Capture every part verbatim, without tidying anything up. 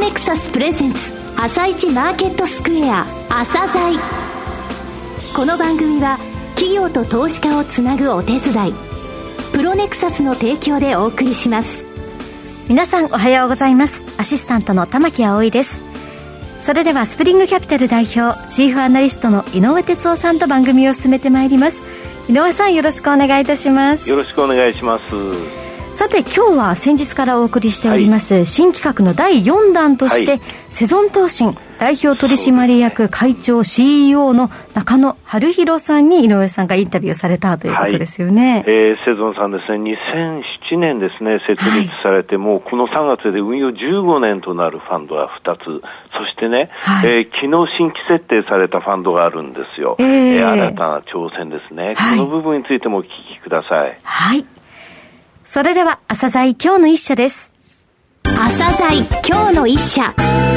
ネクサスプレゼンツ朝一マーケットスクエア朝鮮。この番組は企業と投資家をつなぐお手伝い、プロネクサスの提供でお送りします。 皆さんおはようございます。アシスタントの玉木葵です。それではスプリングキャピタル代表チーフアナリストの井上哲夫さんと番組を進めてまいります。井上さん、よろしくお願いいたします。 よろしくお願いします。 さて、今日は先日からお送りしております、はい、新企画のだいよんだんとして、はい、セゾン投信代表取締役会長 シーイーオー の中野晴弘さんに井上さんがインタビューされたということですよね。 はい、えー、セゾンさんですね、にせんななねんですね、設立されて、はい、もうこのさんがつで運用じゅうごねんとなるファンドがふたつ、そしてね、はい、えー、昨日新規設定されたファンドがあるんですよ。えーえー、新たな挑戦ですね、はい、この部分についてもお聞きください。 はい。それでは朝鮮今日の一社です。 朝鮮今日の一社。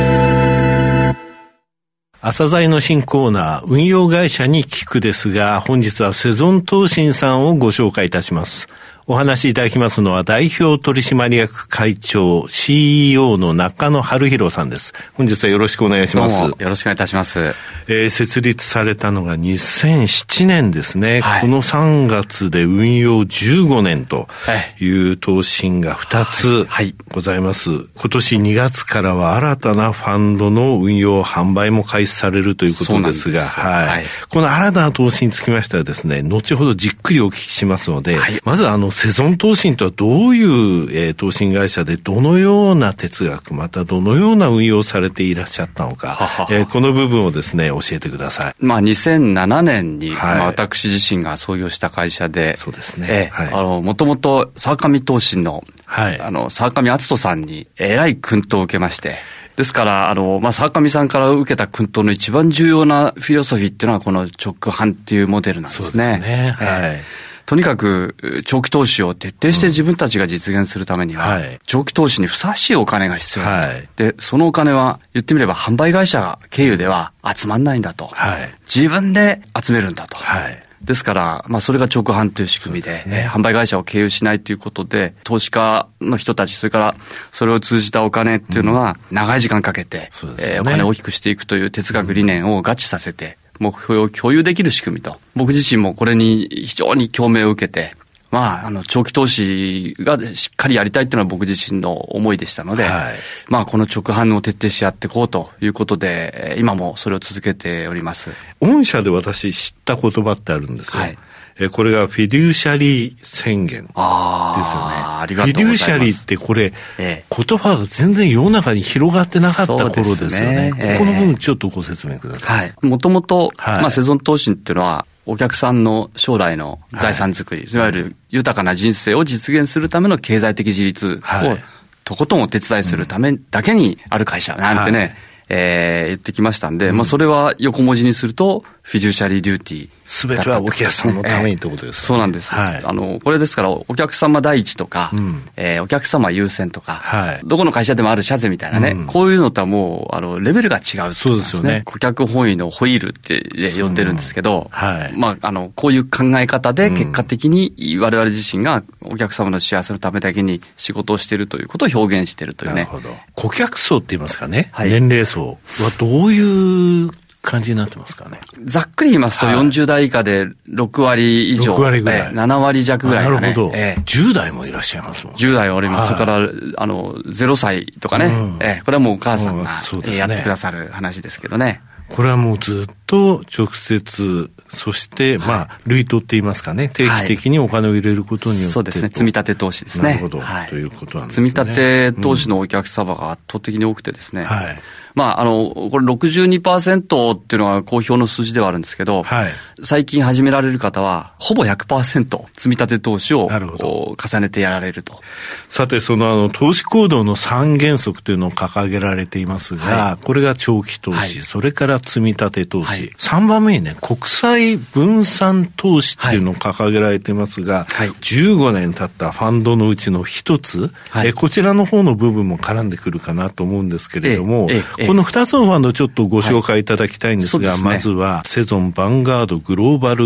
朝鮮の新コーナー、運用会社に聞くですが、本日はセゾン投信さんをご紹介いたします。お話しいただきますのは代表取締役会長 シーイーオー の中野晴弘さんです。本日はよろしくお願いします。 どうもよろしくお願いいたします。 えー、設立されたのがにせんななねんですね、はい、このさんがつで運用じゅうごねんという投信がふたつございます、はいはい、今年にがつからは新たなファンドの運用販売も開始されるということですが、はいはい、この新たな投資につきましてはですね、後ほどじっくりお聞きしますので、はい、まずあのセゾン投信とはどういう、えー、投信会社でどのような哲学、またどのような運用されていらっしゃったのか、ははは、えー、この部分をですね教えてください。 まあ、にせんななねんに、はい、まあ、私自身が創業した会社で、 そうですね、 えーはい、あのもともと沢上投信の、はい、あの沢上篤人さんにえらい薫陶を受けまして、ですから、あの、まあ、沢上さんから受けた薫陶の一番重要なフィロソフィーっていうのはこの直販っていうモデルなんですね。 そうですね。はい。 えーとにかく長期投資を徹底して自分たちが実現するためには、うんはい、長期投資にふさわしいお金が必要だ、はい、でそのお金は言ってみれば販売会社経由では集まんないんだと、はい、自分で集めるんだと、はい、ですから、まあ、それが直販という仕組み で, で、ね、えー、販売会社を経由しないということで投資家の人たち、それからそれを通じたお金っていうのが長い時間かけて、うん、えー、お金を大きくしていくという哲学理念を合致させて目標を共有できる仕組みと、僕自身もこれに非常に共鳴を受けて、まあ、あの、長期投資がしっかりやりたいっていうのは僕自身の思いでしたので、はい、まあ、この直販を徹底してやっていこうということで、今もそれを続けております。 御社で私知った言葉ってあるんですよ。はい、えこれがフィデュシャリー宣言ですよね。 あありがとうございます。 フィデュシャリーってこれ、ええ、言葉が全然世の中に広がってなかった頃ですよね。ここの部分ちょっとご説明ください。 はい。もともと、まあ、セゾン投信っていうのは、お客さんの将来の財産作り、はい、いわゆる豊かな人生を実現するための経済的自立をとことんお手伝いするためだけにある会社なんてね、はい、えー、言ってきましたんで、うん、まあ、それは横文字にするとフィデュシャリーデューティー。 すべてはお客さんのためにってことですか、ね、 そうなんです、はい、あのこれですからお客様第一とか、うん、えー、お客様優先とか、はい、どこの会社でもある社税みたいなね、うん、こういうのとはもうあのレベルが違うってことですね。そうですよね。顧客本位のホイールって呼んでるんですけど、うん、はい、まあ、あのこういう考え方で結果的に我々自身がお客様の幸せのためだけに仕事をしているということを表現しているというね。 なるほど。顧客層って言いますかね、はい、年齢層はどういう感じになってますかね。 ざっくり言いますとよんじゅうだい以下でろくわり以上、 ろくわりぐらい、 えー、ななわり弱ぐらいがね。 なるほど、えー、じゅうだいもいらっしゃいますもんね。 じゅうだいおります。それからあのゼロさいとかね、うん、えー、これはもうお母さんが、うんね、やってくださる話ですけどね。 これはもうずっと直接、そして、はい、まあ、類投って言いますかね、定期的にお金を入れることによって、はい、 そうですね、積み立て投資ですね。 なるほど、はい、ということなんですね。 積み立て投資のお客様が圧倒的に多くてですね、うん、はい、まあ、あの、これ ろくじゅうにパーセント っていうのが公表の数字ではあるんですけど、はい、最近始められる方は、ほぼ ひゃくパーセント 積み立て投資を重ねてやられると。 さて、そのあの、投資行動のさんげんそくというのを掲げられていますが、はい、これが長期投資、はい、それから積み立て投資、はい、さんばんめにね、国際分散投資っていうのを掲げられていますが、はい、じゅうごねん経ったファンドのうちの一つ、はい、えこちらの方の部分も絡んでくるかなと思うんですけれども、ええええ、このふたつのファンドちょっとご紹介いただきたいんですが、はい、すね、まずはセゾンヴァンガードグローバル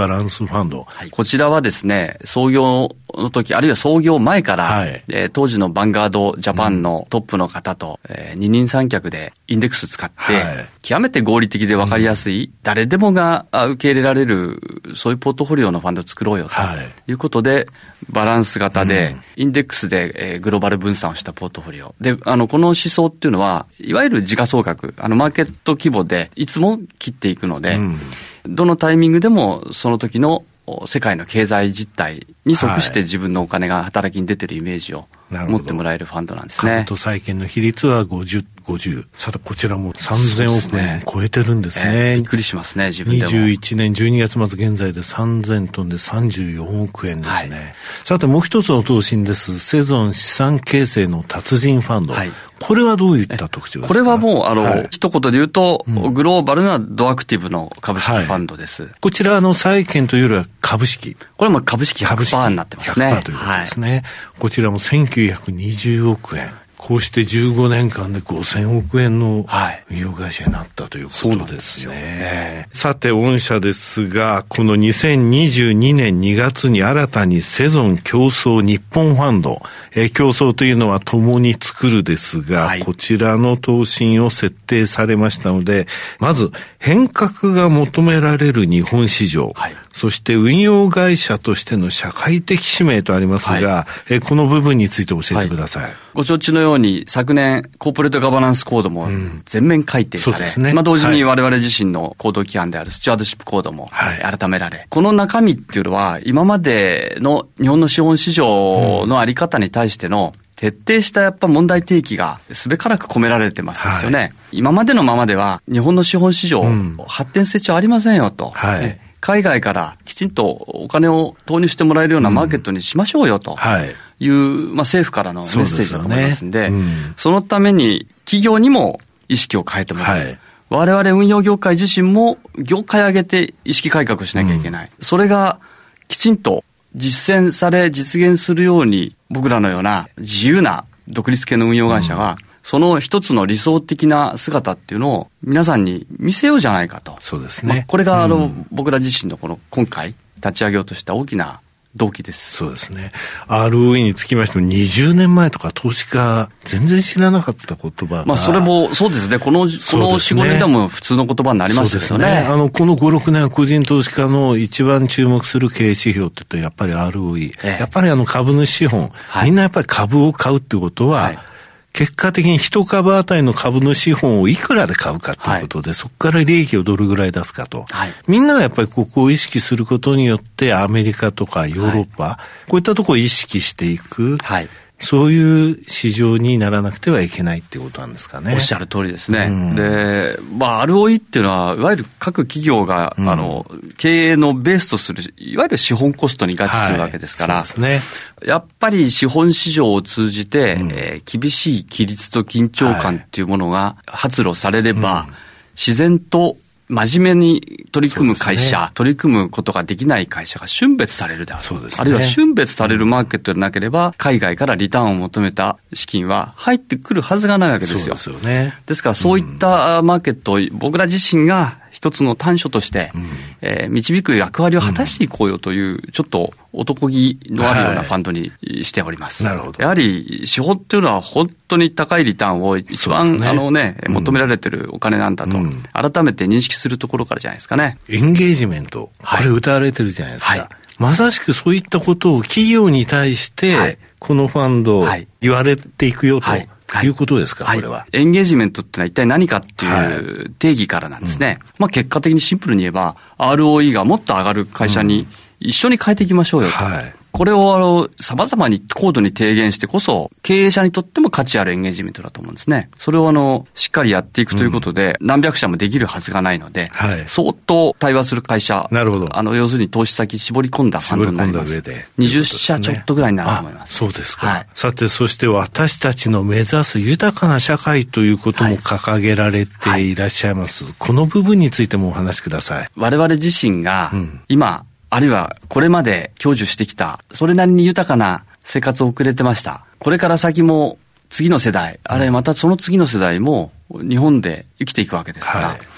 バランスファンド。 はい、こちらはですね、創業の時、あるいは創業前から、はい、えー、当時のバンガードジャパンのトップの方と、うん、えー、二人三脚でインデックス使って、はい、極めて合理的で分かりやすい、うん、誰でもが受け入れられる、そういうポートフォリオのファンドを作ろうよということで、はい、バランス型で、インデックスで、えー、グローバル分散をしたポートフォリオ。で、あの、この思想っていうのは、いわゆる時価総額、あの、マーケット規模でいつも切っていくので、うん、どのタイミングでもその時の世界の経済実態に即して自分のお金が働きに出てるイメージを持ってもらえるファンドなんですね。 株と債券の比率はごじゅう、ごじゅう。さてこちらもさんぜんおくえん超えてるんですね。すね、 えー、びっくりしますね、自分でも。 にじゅういちねんじゅうにがつ末現在でさんぜんトンでさんじゅうよんおくえんですね。はい、さてもう一つの投信です。セゾン資産形成の達人ファンド。はい、これはどういった特徴ですか？ これはもう、あの、はい、一言で言うと、うん、グローバルなドアクティブの株式ファンドです。はい、 こちらの債券というよりは株式。 これも株式 ひゃくパーセント になってますね。 ひゃくパーセント ということですね。はい、こちらもせんきゅうひゃくにじゅうおくえん。こうしてじゅうごねんかんでごせんおくえんの運用会社になったということですね。はい、ねさて、御社ですが、このにせんにじゅうにねんにがつに新たにセゾン競争日本ファンド、えー、競争というのは共に作るですが、はい、こちらの投信を設定されましたので、まず変革が求められる日本市場、はい、そして運用会社としての社会的使命とありますが、はい、えー、この部分について教えてください。はい、 ご承知のように昨年コーポレートガバナンスコードも全面改定され、うん、そうですね、まあ、同時に我々自身の行動規範であるスチュワードシップコードも改められ、はい、この中身っていうのは今までの日本の資本市場のあり方に対しての徹底したやっぱ問題提起がすべからく込められてますですよね。はい、今までのままでは日本の資本市場、うん、発展成長ありませんよと。はい、海外からきちんとお金を投入してもらえるようなマーケットにしましょうよという、うん、まあ、政府からのメッセージだと思いますんで、そ, で、ねうん、そのために企業にも意識を変えてもらう。はい、我々運用業界自身も業界上げて意識改革しなきゃいけない。うん、それがきちんと実践され実現するように僕らのような自由な独立系の運用会社が、うん、その一つの理想的な姿っていうのを皆さんに見せようじゃないかと。 そうですね。 まあ、これがあの、うん、僕ら自身のこの今回立ち上げようとした大きな動機です。 そうですね。アールオーイー につきましてもにじゅうねんまえとか投資家全然知らなかった言葉が。 まあそれもそうですね。この、このよん、ごねんでも普通の言葉になりましたけどね。そうですね。 あの、このご、ろくねんは個人投資家の一番注目する経営指標って言うとやっぱり アールオーイー。ええ、やっぱりあの株主資本、はい、みんなやっぱり株を買うってことは、はい、結果的に一株あたりの株主資本をいくらで買うかということで、はい、そこから利益をどれぐらい出すかと、はい、みんながやっぱりここを意識することによってアメリカとかヨーロッパ、はい、こういったところを意識していく、はい、そういう市場にならなくてはいけないっていうことなんですかね。 おっしゃる通りですね。うん、で、まあ アールオーイー っていうのはいわゆる各企業が、うん、あの経営のベースとするいわゆる資本コストに合致するわけですから、はい、そうですね。やっぱり資本市場を通じて、うん、えー、厳しい規律と緊張感っていうものが発露されれば、はい、うん、自然と真面目に取り組む会社、ね、取り組むことができない会社が峻別されるであろう。そうですね。あるいは峻別されるマーケットでなければ、海外からリターンを求めた資金は入ってくるはずがないわけですよ。そうですよね。ですからそういったマーケットを僕ら自身が一つの短所として、うん、えー、導く役割を果たしていこうよという、うん、ちょっと男気のあるようなファンドにしております。はい、なるほど。やはり資本っていうのは本当に高いリターンを一番、ね、あのね、うん、求められてるお金なんだと、うん、改めて認識するところからじゃないですかね。 エンゲージメント、これ謳われてるじゃないですか。はい、まさしくそういったことを企業に対して、はい、このファンド言われていくよと。はいはい、いうことですか、はい、これは。 エンゲージメントってのは一体何かっていう定義からなんですね。はい、うん、まあ結果的にシンプルに言えば アールオーイー がもっと上がる会社に一緒に変えていきましょうよと。はい、これをあの様々に高度に提言してこそ経営者にとっても価値あるエンゲージメントだと思うんですね。それをあのしっかりやっていくということで、うん、何百社もできるはずがないので、はい、相当対話する会社、なるほど、あの要するに投資先絞り込んだファンドになります。にじゅっしゃちょっとぐらいになると思います。 そうですか。はい、さて、そして私たちの目指す豊かな社会ということも掲げられていらっしゃいます。はいはい、この部分についてもお話しください。 我々自身が今、うん、あるいはこれまで享受してきた、それなりに豊かな生活を送れてました。これから先も次の世代、あるいはまたその次の世代も日本で生きていくわけですから、はい、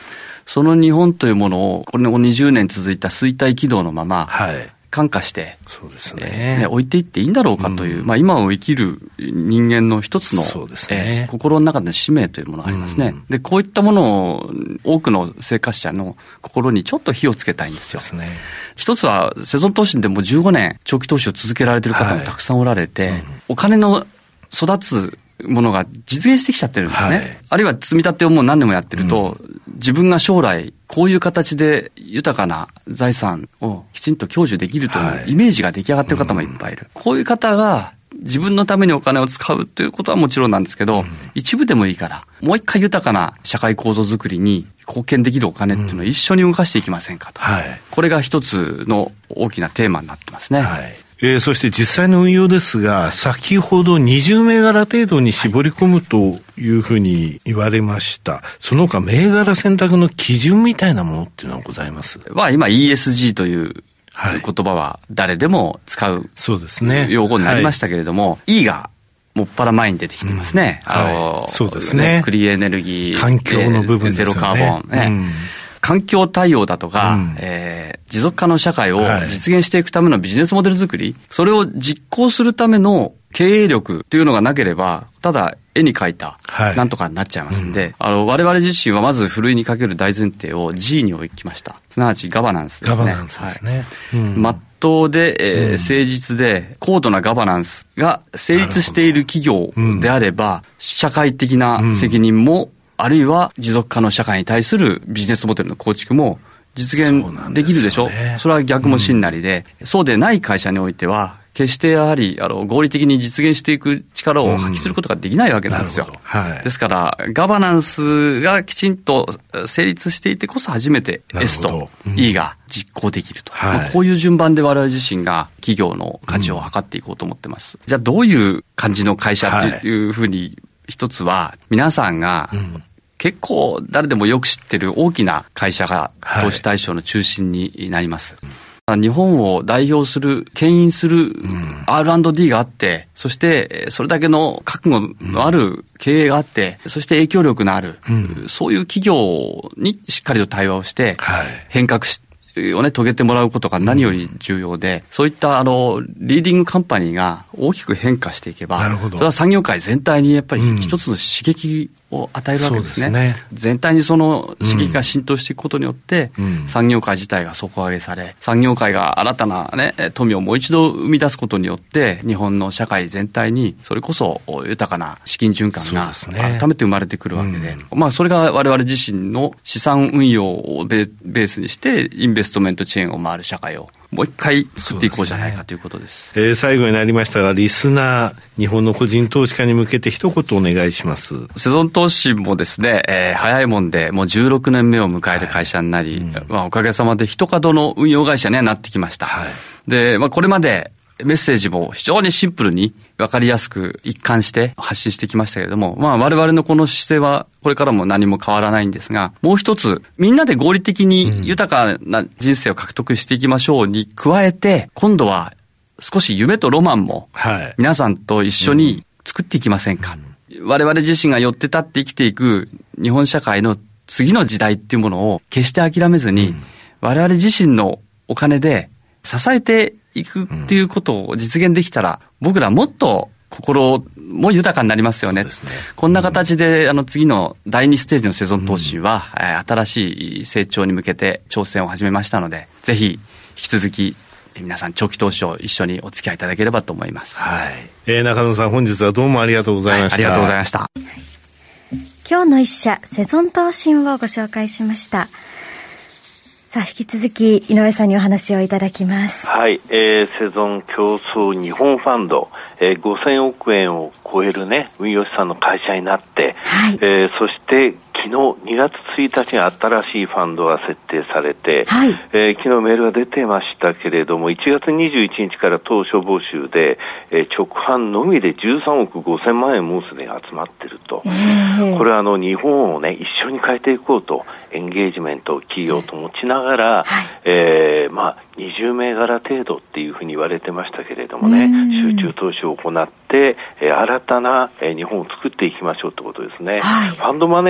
その日本というものを、これのにじゅうねん続いた衰退軌道のまま、 はい、 感化して、 そうですね、 えー、置いていっていいんだろうかという、うん、まあ今を生きる人間の一つの、 そうですね、 えー、心の中での使命というものがありますね、うん。で、こういったものを多くの生活者の心にちょっと火をつけたいんですよ。 そうですね。 一つは、セゾン投資でもうじゅうごねん長期投資を続けられている方もたくさんおられて、はい、うん、お金の育つものが実現してきちゃってるんですね。はい、あるいは積み立てをもう何年もやってると、うん、自分が将来こういう形で豊かな財産をきちんと享受できるというイメージが出来上がっている方もいっぱいいる。はい、こういう方が自分のためにお金を使うということはもちろんなんですけど、うん、一部でもいいからもう一回豊かな社会構造づくりに貢献できるお金っていうのを一緒に動かしていきませんかと。うん、はい、これが一つの大きなテーマになってますね。はい、 えー、そして実際の運用ですが、先ほどにじゅうめいがら程度に絞り込むというふうに言われました。その他銘柄選択の基準みたいなものっていうのはございます？ まあ今 イーエスジー という言葉は誰でも使う用語になりましたけれども、はい、E がもっぱら前に出てきてますね。うん、あの、 はい、そうですね。 クリーンエネルギー、 環境の部分ですよね。 ゼロカーボン、ね、うん、環境対応だとか、うん、えー、持続可能社会を実現していくためのビジネスモデル作り、はい、それを実行するための経営力というのがなければ、ただ絵に描いた、はい、なんとかになっちゃいますんで、うん、あの、我々自身はまずふるいにかける大前提を G に置きました。すなわちガバナンスですね。 ガバナンスですね。 はい、うん、まっとうで、えーうん、誠実で高度なガバナンスが成立している企業であれば、うん、社会的な責任も、うん、あるいは持続可能社会に対するビジネスモデルの構築も実現できるでしょ。 そ, ね、それは逆もしんなりで、うん、そうでない会社においては決してやはりあの合理的に実現していく力を発揮することができないわけなんですよ。うん、はい、ですからガバナンスがきちんと成立していてこそ初めて S と E が実行できると、うん、まあ、こういう順番で我々自身が企業の価値を測っていこうと思ってます。うん、じゃあどういう感じの会社っていうふうに、一つは皆さんが、うん、結構誰でもよく知ってる大きな会社が投資対象の中心になります。はい、日本を代表する、牽引する アールアンドディー があって、そしてそれだけの覚悟のある経営があって、そして影響力のある、うん、そういう企業にしっかりと対話をして変革し、をね、遂げてもらうことが何より重要で、うん、そういったあのリーディングカンパニーが大きく変化していけば、なるほど、それは産業界全体にやっぱり一つの刺激を与えるわけですね。うん、そうですね。全体にその刺激が浸透していくことによって、うん、産業界自体が底上げされ、産業界が新たなね、富をもう一度生み出すことによって、日本の社会全体にそれこそ豊かな資金循環が改めて生まれてくるわけで、うん、まあそれが我々自身の資産運用をベースにして、インベストメントチェーンを回る社会をもう一回作っていこうじゃないかということです。 えー、最後になりましたが、リスナー、日本の個人投資家に向けて一言お願いします。 セゾン投資もですね、えー、早いもんでもうじゅうろくねんめを迎える会社になり、はい、うん、まあ、おかげさまで一角の運用会社にはなってきました。はい、で、まあ、これまでメッセージも非常にシンプルに分かりやすく一貫して発信してきましたけれども、まあ我々のこの姿勢はこれからも何も変わらないんですが、もう一つみんなで合理的に豊かな人生を獲得していきましょうに加えて、今度は少し夢とロマンも皆さんと一緒に作っていきませんか。うん、我々自身が寄って立って生きていく日本社会の次の時代っていうものを決して諦めずに、うん、我々自身のお金で支えていくっていうことを実現できたら、僕らもっと心も豊かになりますよね。そうですね。こんな形で、あの次のだいにステージのセゾン投資は、うん、新しい成長に向けて挑戦を始めましたので、ぜひ引き続き皆さん長期投資を一緒にお付き合いいただければと思います。 はい。えー、中野さん、本日はどうもありがとうございました。 はい、ありがとうございました。 今日の一社、セゾン投信をご紹介しました。さあ、引き続き井上さんにお話をいただきます。 はい、えー、セゾン競争日本ファンド、えー、ごせんおくえんを超えるね、運用資産の会社になって、はい、えー、そして昨日にがつついたちに新しいファンドが設定されて、はい、えー、昨日メールが出てましたけれども、いちがつにじゅういちにちから当初募集で、えー、直販のみでじゅうさんおくごせんまんえんもうすでに集まっていると、えー、これはあの日本をね一緒に変えていこうとエンゲージメントを企業と持ちながら、はい、えー、まあにじゅうめいがら程度っていうふうに言われてましたけれどもね、集中投資を行って、えー、新たな、えー、日本を作っていきましょうってことですね。はい、ファンドマネージャーの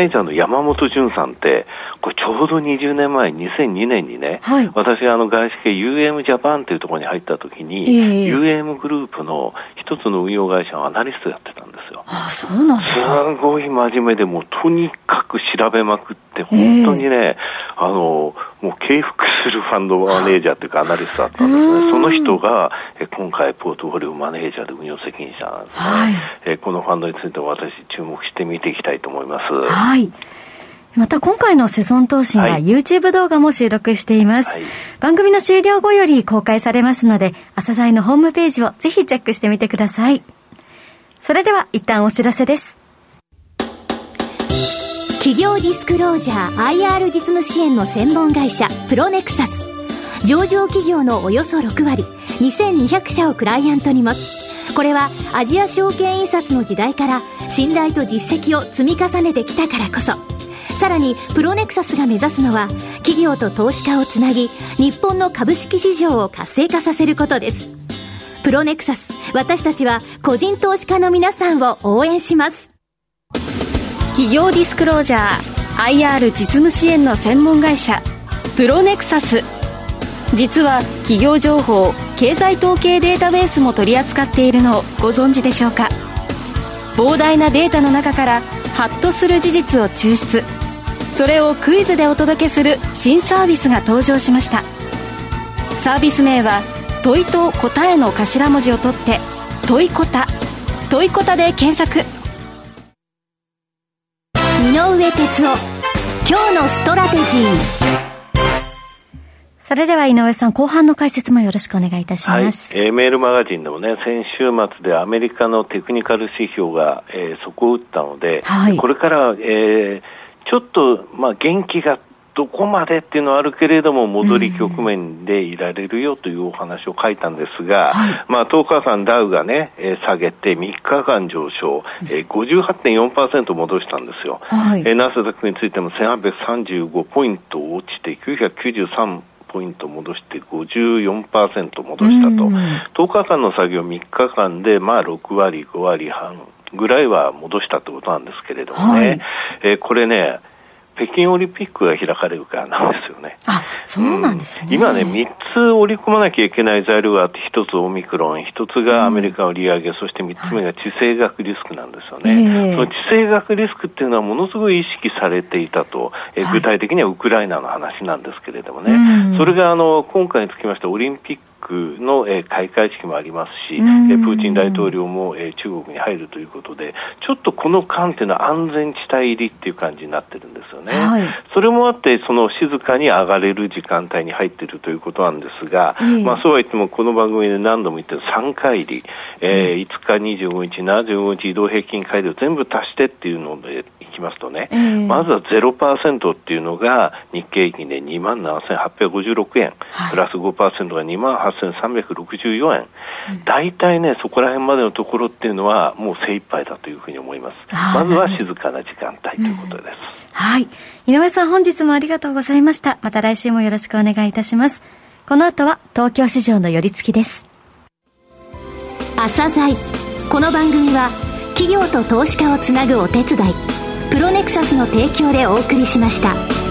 山本潤さんって、これちょうどにじゅうねんまえ、にせんにねんにね、 はい、 私、あの、外資系 ユーエム ジャパンというところに入った時に、えー、ユーエム グループの一つの運用会社のアナリストやってたんですよ。 あ、そうなんですか。 すごい真面目で、もうとにかく調べまくって、本当にね、えー、あの、もう敬服するファンドマネージャーというかアナリストだったんですね。その人が、え今回ポートフォリオマネージャーで運用責任者なんですね。はい、えこのファンドについても私注目して見ていきたいと思います。 はい。また今回のセゾン投信は YouTube 動画も収録しています。はい、番組の終了後より公開されますので、朝鮮のホームページをぜひチェックしてみてください。それでは一旦お知らせです。 企業ディスクロージャー アイアール 実務支援の専門会社プロネクサス。上場企業のおよそろくわり、にせんにひゃくしゃをクライアントに持つ。これはアジア証券印刷の時代から信頼と実績を積み重ねてきたからこそ。さらにプロネクサスが目指すのは企業と投資家をつなぎ、日本の株式市場を活性化させることです。プロネクサス、私たちは個人投資家の皆さんを応援します。 企業ディスクロージャー アイアール 実務支援の専門会社プロネクサス。実は企業情報、経済統計データベースも取り扱っているのをご存知でしょうか。膨大なデータの中からハッとする事実を抽出、それをクイズでお届けする新サービスが登場しました。サービス名は問いと答えの頭文字を取って問いこた。問いこたで検索。 井上哲夫、今日のストラテジー。 それでは井上さん、後半の解説もよろしくお願いいたします。 はい、えー、メールマガジンでもね、先週末でアメリカのテクニカル指標が、えー、底を打ったので、はい、これから、えー、ちょっと、まあ、元気がどこまでっていうのはあるけれども戻り局面でいられるよというお話を書いたんですが、はい、まあ、とおかかんダウがね、えー、下げてみっかかん上昇、えー、ごじゅうはちてんよんパーセント 戻したんですよ。はい、えー、ナスダックについてもせんはっぴゃくさんじゅうごポイント落ちてきゅうひゃくきゅうじゅうさんポイント戻して ごじゅうよんパーセント 戻したと。とおかかんの作業みっかかんでまあろくわりごわりはんぐらいは戻したってことなんですけれどもね、はい、えー、これね、北京オリンピックが開かれるからなんですよね。 あ、そうなんですね。 うん、今ね、みっつ織り込まなきゃいけない材料があって、ひとつオミクロン、ひとつがアメリカの利上げ、うん、そしてみっつめが地政学リスクなんですよね。えー、その地政学リスクっていうのはものすごい意識されていたと、え具体的にはウクライナの話なんですけれどもね、はい、それがあの今回につきましてオリンピックの、えー、開会式もありますし、えー、プーチン大統領も、えー、中国に入るということで、ちょっとこの間というのは安全地帯入りっていう感じになってるんですよね。はい、それもあってその静かに上がれる時間帯に入っているということなんですが、うん、まあ、そうは言ってもこの番組で何度も言ってるさんかいり、えー、いつか、にじゅうごにち、ななじゅうごにち移動平均回路全部足してっていうのでいきますとね、うん、まずは ゼロパーセント っていうのが日経平均で にまんななせんはっぴゃくごじゅうろくえん、はい、プラス ごパーセント が にまんはっせんさんびゃくろくじゅうよんえん、大体、うん、ねそこら辺までのところっていうのはもう精一杯だというふうに思います。まずは静かな時間帯ということです。うん、 はい、井上さん、本日もありがとうございました。また来週もよろしくお願いいたします。この後は東京市場の寄り付きです。 朝鮮、この番組は企業と投資家をつなぐお手伝いプロネクサスの提供でお送りしました。